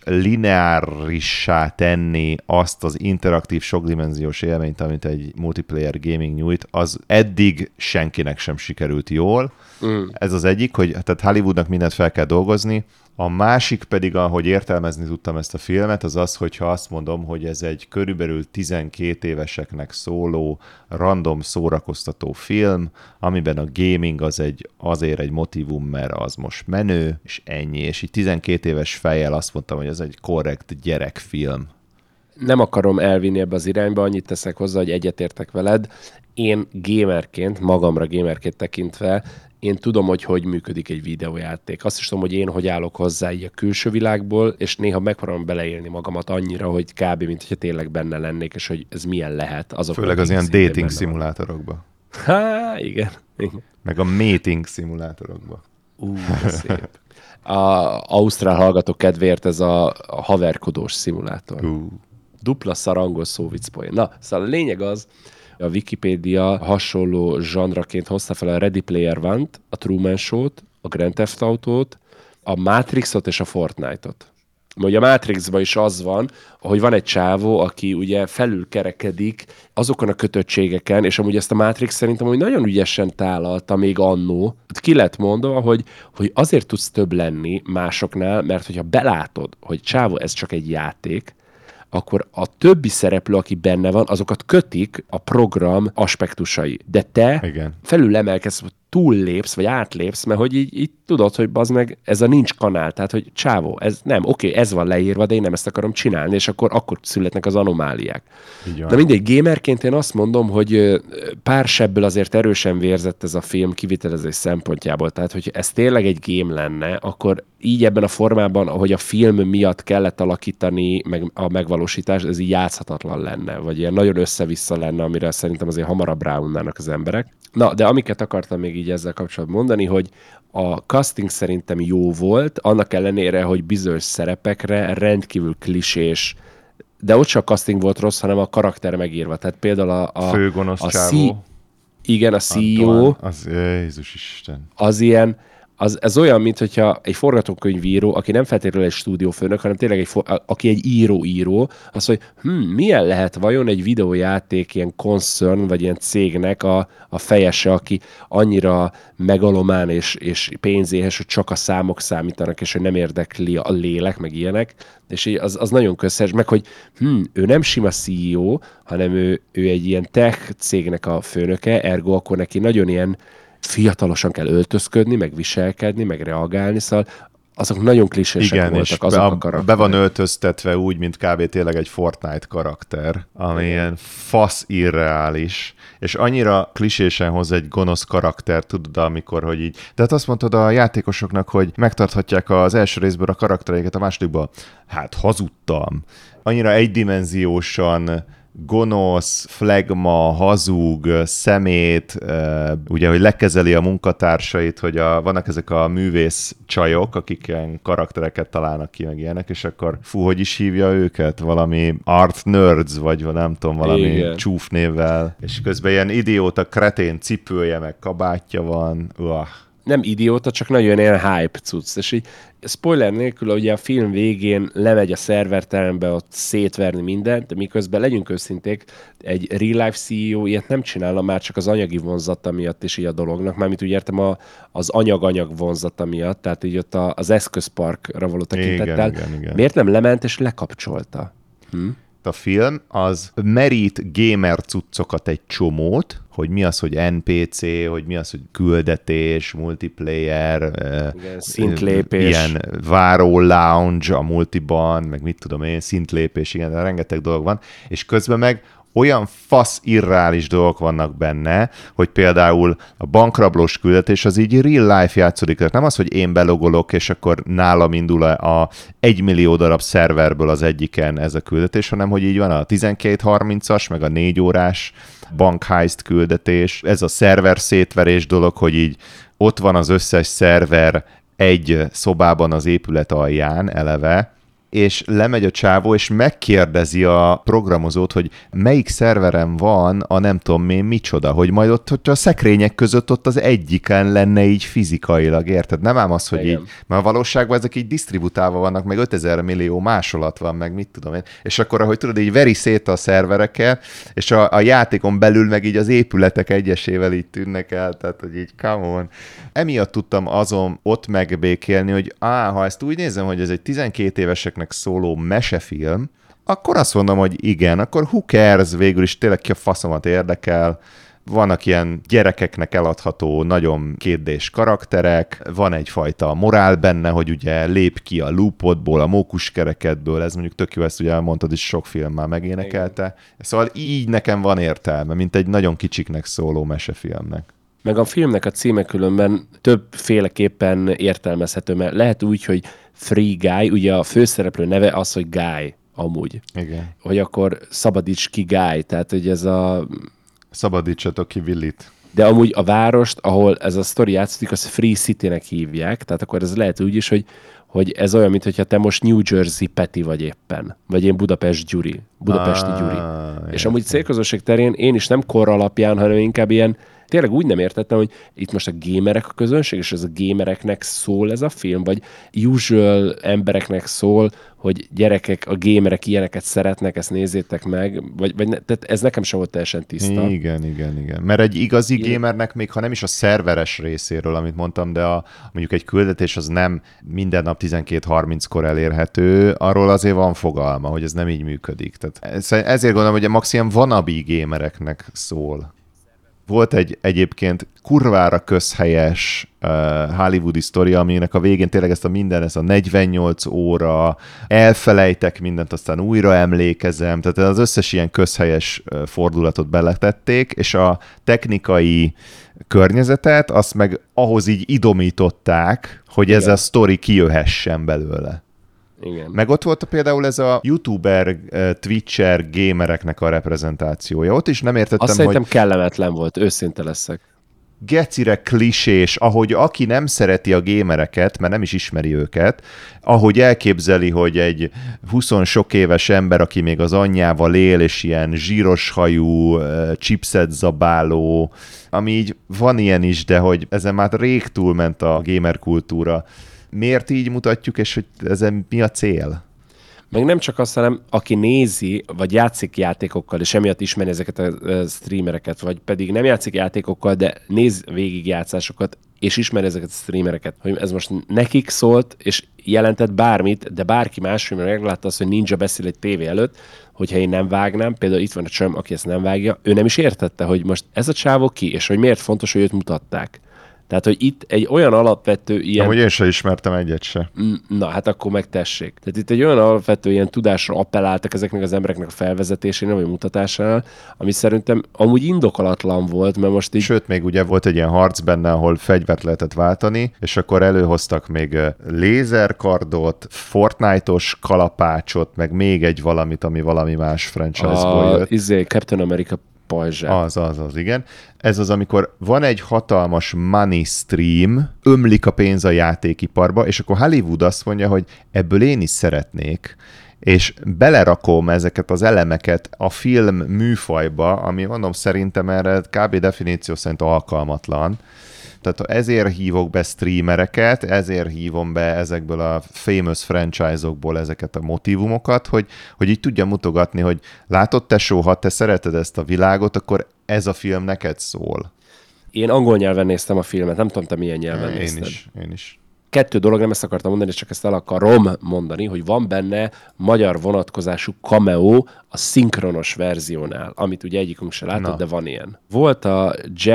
lineárissá tenni azt az interaktív, sokdimenziós élményt, amit egy multiplayer gaming nyújt, az eddig senkinek sem sikerült jól. Ez az egyik, hogy tehát Hollywoodnak mindent fel kell dolgozni. A másik pedig, ahogy értelmezni tudtam ezt a filmet, az az, hogyha azt mondom, hogy ez egy körülbelül 12 éveseknek szóló, random szórakoztató film, amiben a gaming azért egy motivum, mert az most menő, és ennyi. És így 12 éves fejjel azt mondtam, hogy ez egy korrekt gyerekfilm. Nem akarom elvinni ebbe az irányba, annyit teszek hozzá, hogy egyetértek veled. Én magamra gamerként tekintve, én tudom, hogy működik egy videójáték. Azt is tudom, hogy én hogy állok hozzá így a külső világból, és néha megpróbálom beleélni magamat annyira, hogy kb. Mint hogyha tényleg benne lennék, és hogy ez milyen lehet. Főleg az ilyen dating szimulátorokba. Igen. Meg a mating szimulátorokba. Szép. A ausztrál hallgatók kedvéért ez a haverkodós szimulátor. Dupla szarangos szóviccpoén. Na, szóval a lényeg az, a Wikipédia hasonló zsanraként hozta fel a Ready Player One-t, a Truman Show-t, a Grand Theft Auto-t, a Matrixot és a Fortnite-ot. Ugye a Matrixban is az van, hogy van egy csávó, aki ugye felülkerekedik azokon a kötöttségeken, és amúgy ezt a Matrix szerintem hogy nagyon ügyesen tálalta még annó. Ki lett mondva, hogy azért tudsz több lenni másoknál, mert hogyha belátod, hogy csávó, ez csak egy játék, akkor a többi szereplő, aki benne van, azokat kötik a program aspektusai. De te felül emelkedsz, túllépsz, vagy átlépsz, mert hogy így tudod, hogy bazd meg, ez a nincs kanál, tehát hogy csávó, ez nem, ez van leírva, de én nem ezt akarom csinálni, és akkor születnek az anomáliák. De mindegy, gamerként én azt mondom, hogy pár sebből azért erősen vérzett ez a film kivitelezés szempontjából, tehát hogy ez tényleg egy game lenne, akkor így ebben a formában, ahogy a film miatt kellett alakítani meg a megvalósítás, ez így játszhatatlan lenne, vagy ilyen nagyon össze-vissza lenne, amire szerintem azért hamarabb ráunnának az emberek. Na, de amiket akartam még így ezzel kapcsolatban mondani, hogy a casting szerintem jó volt, annak ellenére, hogy bizonyos szerepekre rendkívül klisés, de ott sem a casting volt rossz, hanem a karakter megírva. Tehát például a főgonosz csávó. Igen, a CEO. Az Jézus Isten. Az ilyen, ez olyan, mint hogyha egy forgatókönyvíró, aki nem feltétlenül egy stúdiófőnök, hanem tényleg aki egy író, az, hogy milyen lehet vajon egy videójáték ilyen concern, vagy ilyen cégnek a fejese, aki annyira megalomán és pénzéhes, hogy csak a számok számítanak, és hogy nem érdekli a lélek, meg ilyenek, és az nagyon köztes, meg hogy ő nem sima CEO, hanem ő egy ilyen tech cégnek a főnöke, ergo akkor neki nagyon ilyen fiatalosan kell öltözködni, meg viselkedni, meg reagálni, szóval azok nagyon klisések voltak, azok a karakterek. Be van öltöztetve úgy, mint kb. Tényleg egy Fortnite karakter, ami ilyen fasz irreális, és annyira klisésen hoz egy gonosz karakter, tudod, amikor, hogy így... Tehát azt mondtad a játékosoknak, hogy megtarthatják az első részből a karaktereiket, a másodikban, hát hazudtam. Annyira egydimenziósan gonosz, flegma, hazug, szemét, ugye, hogy lekezeli a munkatársait, hogy vannak ezek a művész csajok, akik ilyen karaktereket találnak ki, meg ilyenek, és akkor hogy is hívja őket? Valami art nerds, vagy nem tudom, valami csúfnévvel, és közben ilyen idióta, kretén cipője, meg kabátja van. Nem idióta, csak nagyon ilyen hype cucc. És így spoiler nélkül, ugye a film végén lemegy a szerverterembe ott szétverni mindent, de miközben legyünk őszinték, egy real life CEO ilyet nem csinálna már csak az anyagi vonzata miatt is így a dolognak, mármint úgy értem az anyag vonzata miatt, tehát így ott az eszközparkra való tekintettel. Igen. Miért nem lement és lekapcsolta? A film az merít gamer cuccokat egy csomót, hogy mi az, hogy NPC, hogy mi az, hogy küldetés, multiplayer, szintlépés. Ilyen váró lounge a multiban, meg mit tudom én, szintlépés, igen, rengeteg dolog van, és közben meg olyan fasz irreális dolgok vannak benne, hogy például a bankrablós küldetés az így real life játszódik. Tehát nem az, hogy én belogolok, és akkor nálam indul a 1 millió darab szerverből az egyiken ez a küldetés, hanem hogy így van a 12:30-as, meg a 4 órás bankheist küldetés. Ez a szerver szétverés dolog, hogy így ott van az összes szerver egy szobában az épület alján eleve, és lemegy a csávó, és megkérdezi a programozót, hogy melyik szerveren van a nem tudom én micsoda, hogy majd ott, hogyha a szekrények között ott az egyiken lenne így fizikailag, érted? Nem ám az, hogy igen. Így, mert a valóságban ezek így disztributálva vannak, meg 5000 millió másolat van, meg mit tudom én, és akkor, ahogy tudod, így veri szét a szervereket, és a játékon belül meg így az épületek egyesével így tűnnek el, tehát, hogy így come on. Emiatt tudtam azon ott megbékélni, hogy ha ezt úgy nézem, hogy ez egy 12 éveseknek szóló mesefilm, akkor azt mondom, hogy igen, akkor who cares, végül is tényleg ki a faszomat érdekel, vannak ilyen gyerekeknek eladható nagyon kétdés karakterek, van egyfajta morál benne, hogy ugye lép ki a loopodból, a mókuskerekedből, ez mondjuk tök jó, ezt ugye mondtad is, sok film már megénekelte. Igen. Szóval így nekem van értelme, mint egy nagyon kicsiknek szóló mesefilmnek. Meg a filmnek a címe különben többféleképpen értelmezhető, mert lehet úgy, hogy Free Guy, ugye a főszereplő neve az, hogy Guy amúgy. Igen. Hogy akkor szabadíts ki Guy, tehát hogy ez a... Szabadítsatok ki Willit. De amúgy a várost, ahol ez a sztori játszódik, az Free City-nek hívják, tehát akkor ez lehet úgy is, hogy ez olyan, mintha te most New Jersey Peti vagy éppen, vagy én Budapesti Gyuri. És amúgy célközösség terén én is nem kor alapján, hanem inkább ilyen, tényleg úgy nem értettem, hogy itt most a gamerek a közönség, és ez a gamereknek szól ez a film, vagy usual embereknek szól, hogy gyerekek, a gamerek ilyeneket szeretnek, ezt nézzétek meg, vagy tehát ez nekem sem volt teljesen tiszta. Igen. Mert egy igazi gamernek még, ha nem is a szerveres részéről, amit mondtam, de mondjuk egy küldetés az nem minden nap 12:30-kor elérhető, arról azért van fogalma, hogy ez nem így működik. Tehát ezért gondolom, hogy a maximum wannabe gamereknek szól. Volt egy egyébként kurvára közhelyes hollywoodi sztori, aminek a végén tényleg ez a 48 óra, elfelejtek mindent, aztán újra emlékezem, tehát az összes ilyen közhelyes fordulatot beletették, és a technikai környezetet azt meg ahhoz így idomították, hogy ez a sztori kijöhessen belőle. Igen. Meg ott volt például ez a youtuber, twitcher, gamereknek a reprezentációja. Ott is nem értettem, azt szerintem kellemetlen volt, őszinte leszek. gecire klisés, ahogy aki nem szereti a gémereket, mert nem is ismeri őket, ahogy elképzeli, hogy egy 20 sok éves ember, aki még az anyjával él, és ilyen zsíros hajú, chipset zabáló, ami így van ilyen is, de hogy ezen már rég túlment a gamer kultúra. Miért így mutatjuk, és hogy ezen mi a cél? Meg nem csak azt, hanem aki nézi, vagy játszik játékokkal, és emiatt ismeri ezeket a streamereket, vagy pedig nem játszik játékokkal, de néz végig játszásokat, és ismeri ezeket a streamereket, hogy ez most nekik szólt, és jelentett bármit, de bárki más, hogy meglátta azt, hogy Ninja beszél egy tévé előtt, hogyha én nem vágnám, például itt van a csöm, aki ezt nem vágja, ő nem is értette, hogy most ez a csávó ki, és hogy miért fontos, hogy őt mutatták. Tehát, hogy itt egy olyan alapvető ilyen... Ahogy én sem ismertem egyet se. Na, hát akkor megtessék. Tehát itt egy olyan alapvető ilyen tudásra appelláltak ezeknek az embereknek a felvezetésénél, vagy mutatásánál, ami szerintem amúgy indokolatlan volt, mert most így... Sőt, még ugye volt egy ilyen harc benne, ahol fegyvert lehetett váltani, és akkor előhoztak még lézerkardot, Fortnite-os kalapácsot, meg még egy valamit, ami valami más franchise-ból jött. Captain America pajzsát. Az, igen. Ez az, amikor van egy hatalmas money stream, ömlik a pénz a játékiparba, és akkor Hollywood azt mondja, hogy ebből én is szeretnék, és belerakom ezeket az elemeket a film műfajba, ami mondom szerintem erre kb. Definíció szerint alkalmatlan. Tehát ezért hívok be streamereket, ezért hívom be ezekből a famous franchise-okból ezeket a motivumokat, hogy így tudja mutogatni, hogy látod tesó, ha te szereted ezt a világot, akkor ez a film neked szól. Én angol nyelven néztem a filmet, nem tudom, te milyen nyelven nézted. Én is. 2 dolog, nem ezt akartam mondani, csak ezt el akarom mondani, hogy van benne magyar vonatkozású cameo a szinkronos verziónál, amit ugye egyikünk se látott, de van ilyen. Volt a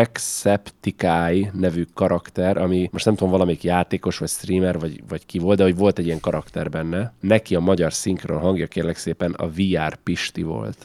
Jacksepticeye nevű karakter, ami most nem tudom, valamelyik játékos, vagy streamer, vagy ki volt, de hogy volt egy ilyen karakter benne. Neki a magyar szinkron hangja kérlek szépen a VR Pisti volt.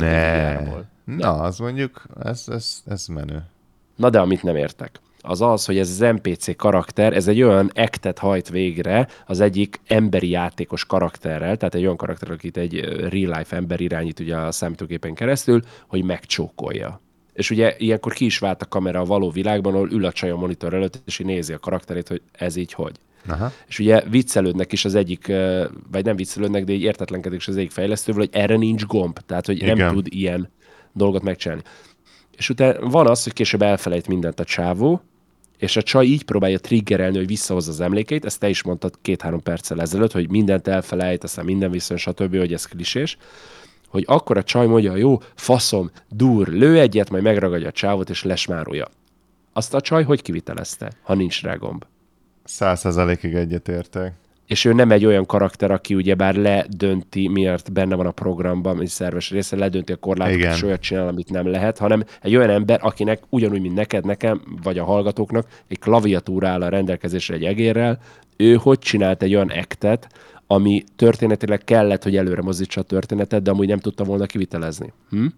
Na, az mondjuk, ez menő. Na de amit nem értek, az, hogy ez az NPC karakter, ez egy olyan actet hajt végre az egyik emberi játékos karakterrel, tehát egy olyan karakter, akit egy real-life ember irányít ugye a számítógépen keresztül, hogy megcsókolja. És ugye ilyenkor ki is vált a kamera a való világban, ahol ül a csaj a monitor előtt, és így nézi a karakterét, hogy ez így hogy. Aha. És ugye viccelődnek is az egyik, vagy nem viccelődnek, de így értetlenkedik is az egyik fejlesztővel, hogy erre nincs gomb, tehát hogy Igen. nem tud ilyen dolgot megcsinálni. És utána van az, hogy később elfelejt mindent a csávó, és a csaj így próbálja triggerelni, hogy visszahozza az emlékeit, ezt te is mondtad 2-3 perccel ezelőtt, hogy mindent elfelejt, aztán minden viszont, stb., hogy ez klisés, hogy akkor a csaj mondja, jó, faszom, dur, lő egyet, majd megragadja a csávot, és lesmárolja. Azt a csaj hogy kivitelezte, ha nincs rá gomb? 100%-ig egyetértek. És ő nem egy olyan karakter, aki ugyebár ledönti, miért benne van a programban, egy szerves része, ledönti a korlátokat, Igen. és olyat csinál, amit nem lehet, hanem egy olyan ember, akinek ugyanúgy, mint neked, nekem, vagy a hallgatóknak, egy klaviatúra áll a rendelkezésre egy egérrel, ő hogy csinált egy olyan actet, ami történetileg kellett, hogy előre mozdítsa a történetet, de amúgy nem tudta volna kivitelezni.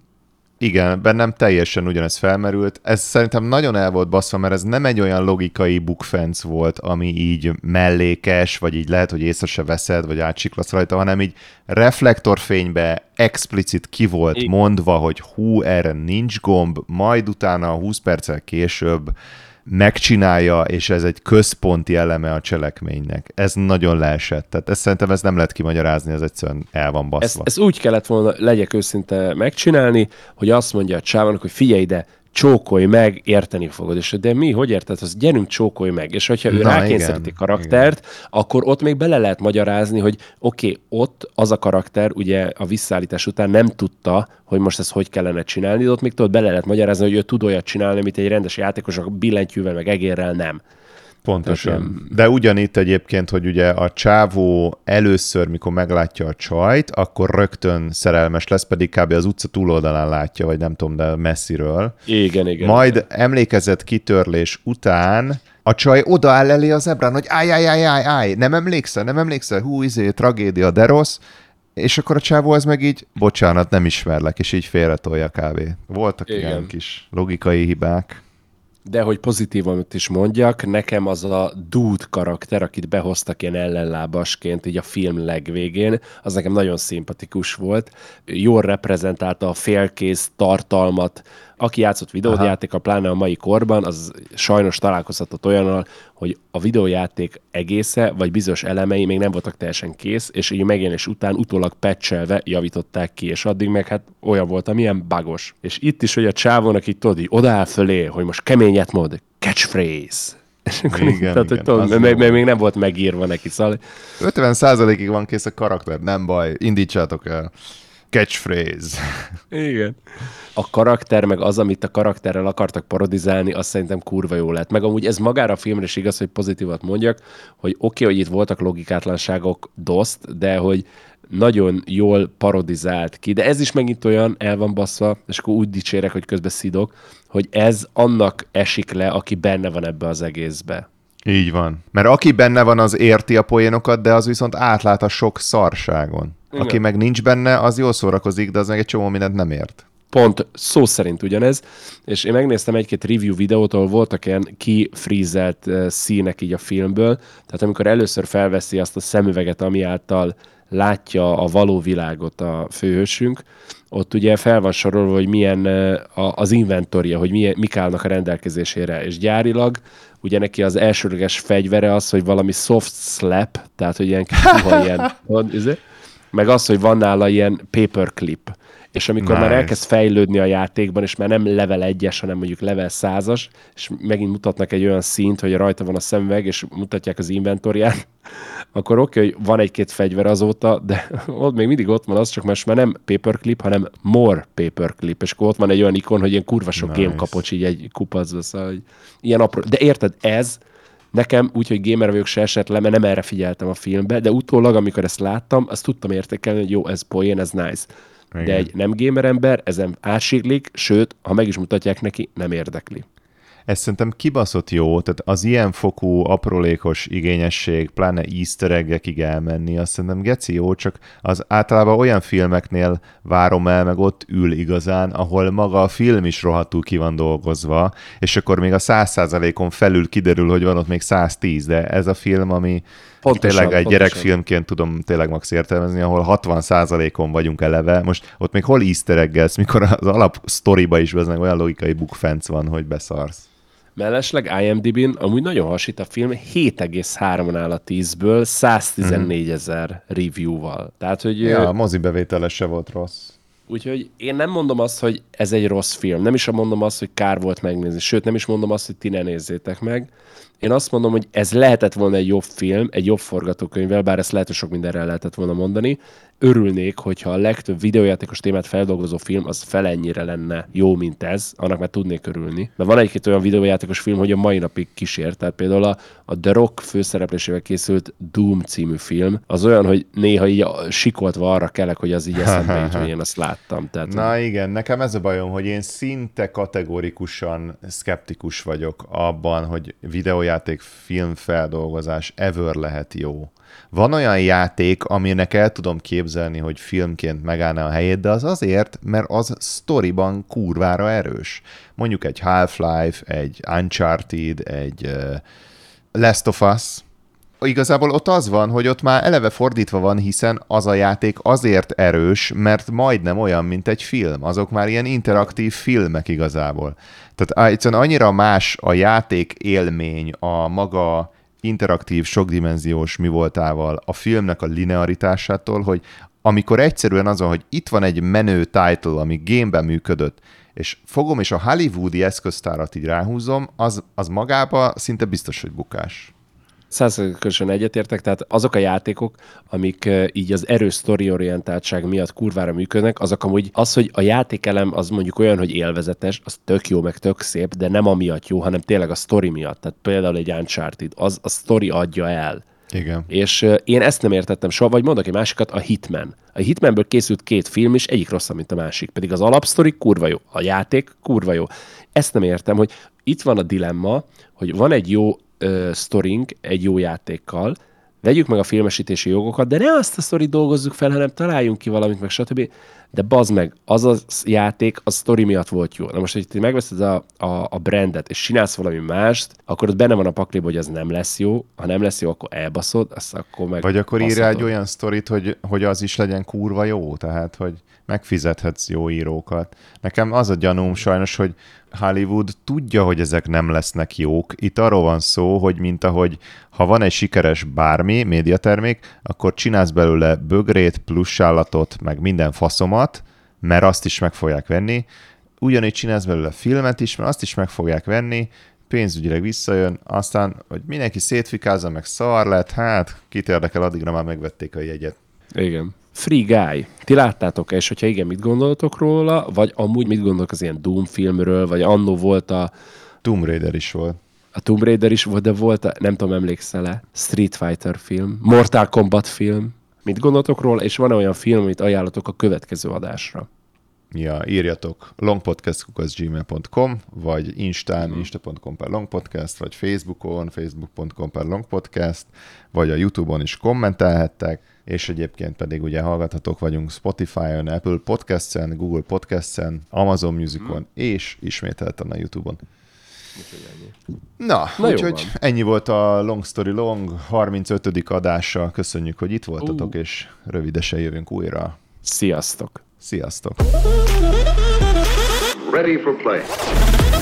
Igen, bennem teljesen ugyanez felmerült. Ez szerintem nagyon el volt baszva, mert ez nem egy olyan logikai bukfenc volt, ami így mellékes, vagy így lehet, hogy észre se veszed, vagy átsiklasz rajta, hanem így reflektorfénybe explicit ki volt mondva, hogy hú, erre nincs gomb, majd utána 20 perccel később megcsinálja, és ez egy központi eleme a cselekménynek. Ez nagyon leesett. Tehát szerintem ez nem lehet kimagyarázni, ez egyszerűen el van baszva. Ezt úgy kellett volna, legyek őszinte, megcsinálni, hogy azt mondja a csávának, hogy figyelj ide, csókolj meg, érteni fogod. És de mi, hogy érted? Az gyerünk, csókolj meg. És hogyha ő rákényszeríti karaktert, akkor ott még bele lehet magyarázni, hogy oké, ott az a karakter ugye a visszaállítás után nem tudta, hogy most ezt hogy kellene csinálni, de ott még tudod bele lehet magyarázni, hogy ő tud olyat csinálni, amit egy rendes játékos a billentyűvel meg egérrel nem. Pontosan. De ugyanitt egyébként, hogy ugye a csávó először, mikor meglátja a csajt, akkor rögtön szerelmes lesz, pedig kb. Az utca túloldalán látja, vagy nem tudom, de messziről. Igen. Majd emlékezett kitörlés után a csaj odaáll elé az ebrán, hogy állj, nem emlékszel, hú, tragédia, de rossz, és akkor a csávó ez meg így, bocsánat, nem ismerlek, és így félretolja kb. Voltak ilyen kis logikai hibák. De hogy pozitívan is mondjak, nekem az a dude karakter, akit behoztak ilyen ellenlábasként így a film legvégén, az nekem nagyon szimpatikus volt. Jól reprezentálta a félkész tartalmat aki játszott videójátékkal, pláne a mai korban, az sajnos találkozhatott olyannal, hogy a videójáték egésze, vagy bizonyos elemei még nem voltak teljesen kész, és így megjelenés után utólag patchelve javították ki, és addig meg hát olyan volt, amilyen bugos. És itt is, hogy a csávónak itt tudod, odaáll fölé, hogy most keményet mond, catchphrase. Igen, mert még nem volt megírva neki, szóval... 50%-ig van kész a karakter, nem baj, indítsátok el. Catchphrase. Igen. A karakter, meg az, amit a karakterrel akartak parodizálni, azt szerintem kurva jó lett. Meg amúgy ez magára a filmre is igaz, hogy pozitívat mondjak, hogy oké, hogy itt voltak logikátlanságok doszt, de hogy nagyon jól parodizált ki. De ez is megint olyan, el van basszva, és akkor úgy dicsérek, hogy közben szidok, hogy ez annak esik le, aki benne van ebbe az egészbe. Így van. Mert aki benne van, az érti a poénokat, de az viszont átlát a sok szarságon. Igen. Aki meg nincs benne, az jól szórakozik, de az meg egy csomó mindent nem ért. Pont szó szerint ugyanez, és én megnéztem egy-két review videót, ahol voltak ilyen kifrízelt színek így a filmből, tehát amikor először felveszi azt a szemüveget, ami által látja a való világot a főhősünk, ott ugye fel van sorolva, hogy milyen az inventorja, hogy mik állnak a rendelkezésére, és gyárilag ugye neki az elsődleges fegyvere az, hogy valami soft slap, tehát hogy ilyen kis puha ilyen, meg az, hogy van nála ilyen paperclip. És amikor már elkezd fejlődni a játékban, és már nem level 1-es, hanem mondjuk level 100-as, és megint mutatnak egy olyan színt, hogy rajta van a szemüveg, és mutatják az inventorját, akkor oké, hogy van egy-két fegyver azóta, de ott még mindig ott van az, csak most már nem paperclip, hanem more paperclip, és akkor ott van egy olyan ikon, hogy ilyen kurva sok gémkapocs így egy kupacba, szóval hogy ilyen apró. De érted, ez nekem úgy, hogy gamer vagyok, se esett le, mert nem erre figyeltem a filmbe, de utólag, amikor ezt láttam, azt tudtam értékelni, hogy jó, ez poén, ez nice. Igen. De egy nem gamer ember ezen átsiklik, sőt, ha meg is mutatják neki, nem érdekli. Ez szerintem kibaszott jó, tehát az ilyen fokú, aprólékos igényesség, pláne easter egg-ekig elmenni, azt szerintem geci jó, csak az általában olyan filmeknél várom el, meg ott ül igazán, ahol maga a film is rohadtul ki van dolgozva, és akkor még a 100%-on felül kiderül, hogy van ott még 110, de ez a film, ami tényleg egy gyerekfilmként tudom tényleg max értelmezni, ahol 60%-on vagyunk eleve. Most ott még hol easter eggelsz, mikor az alap sztoriba is olyan logikai bukfenc van, hogy beszarsz. Mellesleg IMDb-n amúgy nagyon hasít a film, 7,3-on áll a 10-ből 114 000 review-val. Tehát, hogy... Ja, a mozibevétele se volt rossz. Úgyhogy én nem mondom azt, hogy ez egy rossz film. Nem is mondom azt, hogy kár volt megnézni. Sőt, nem is mondom azt, hogy ti ne nézzétek meg. Én azt mondom, hogy ez lehetett volna egy jobb film, egy jobb forgatókönyvvel, bár ezt lehet, hogy sok mindenre lehetett volna mondani. Örülnék, hogyha a legtöbb videójátékos témát feldolgozó film az felennyire lenne jó, mint ez, annak már tudnék örülni. Mert van egy-két olyan videójátékos film, hogy a mai napig kísért. Tehát például a The Rock főszereplésével készült Doom című film, az olyan, hogy néha így sikoltva arra kelek, hogy az így eszembe jut, hogy én azt láttam. Tehát, na igen, nekem ez a bajom, hogy én szinte kategorikusan szkeptikus vagyok abban, hogy videójáték filmfeldolgozás ever lehet jó. Van olyan játék, aminek el tudom képzelni, hogy filmként megállna a helyét, de az azért, mert az sztoriban kurvára erős. Mondjuk egy Half-Life, egy Uncharted, egy Last of Us. Igazából ott az van, hogy ott már eleve fordítva van, hiszen az a játék azért erős, mert majdnem olyan, mint egy film. Azok már ilyen interaktív filmek igazából. Tehát egyszerűen annyira más a játék élmény, a maga interaktív, sokdimenziós mi voltával, a filmnek a linearitásától, hogy amikor egyszerűen az van, hogy itt van egy menő title, ami gameben működött, és fogom és a hollywoodi eszköztárat így ráhúzom, az magába szinte biztos, hogy bukás. 100%-osan egyetértek, tehát azok a játékok, amik így az erős sztoriorientáltság miatt kurvára működnek, azok amúgy az, hogy a játékelem az mondjuk olyan, hogy élvezetes, az tök jó, meg tök szép, de nem amiatt jó, hanem tényleg a sztori miatt. Tehát például egy Uncharted, az a sztori adja el. Igen. És én ezt nem értettem soha, vagy mondok egy másikat, a Hitman. A Hitmanből készült 2 film, és egyik rosszabb, mint a másik. Pedig az alapsztori kurva jó, a játék kurva jó. Ezt nem értem, hogy itt van a dilemma, hogy van egy jó sztorink egy jó játékkal, vegyük meg a filmesítési jogokat, de ne azt a sztorit dolgozzuk fel, hanem találjunk ki valamit, meg stb. De bazd meg, az a játék a sztori miatt volt jó. Na most, hogy te megveszed a brandet, és csinálsz valami mást, akkor ott benne van a pakliba, hogy az nem lesz jó. Ha nem lesz jó, akkor elbaszod, azt akkor meg... Vagy akkor írj egy olyan sztorit, hogy az is legyen kurva jó. Tehát, hogy megfizethetsz jó írókat. Nekem az a gyanúm sajnos, hogy Hollywood tudja, hogy ezek nem lesznek jók. Itt arról van szó, hogy mint ahogy ha van egy sikeres bármi, médiatermék, akkor csinálsz belőle bögrét, plussállatot, meg minden faszomat, mert azt is meg fogják venni. Ugyanígy csinálsz belőle filmet is, mert azt is meg fogják venni, pénzügyileg visszajön, aztán, hogy mindenki szétfikázza, meg szar lett, hát kit érdekel, addigra már megvették a jegyet. Igen. Free Guy. Ti láttátok-e, és hogyha igen, mit gondoltok róla, vagy amúgy mit gondoltok az ilyen Doom filmről, vagy annó volt a Tomb Raider is volt. Tomb Raider is volt, de volt, nem tudom, emlékszel-e, Street Fighter film, Mortal Kombat film. Mit gondoltok róla, és van olyan film, amit ajánlatok a következő adásra? Ja, írjatok longpodcast@gmail.com, vagy Instán, insta.com/longpodcast, vagy Facebookon, facebook.com/longpodcast, vagy a YouTube-on is kommentelhettek, és egyébként pedig ugye hallgathatók vagyunk Spotify-on, Apple Podcasts-en, Google Podcasts-en, Amazon Music-on, és ismételten a YouTube-on. Na úgyhogy ennyi volt a Long Story Long 35. adása. Köszönjük, hogy itt voltatok, és rövidesen jövünk újra. Sziasztok! Sziasztok! Ready for play.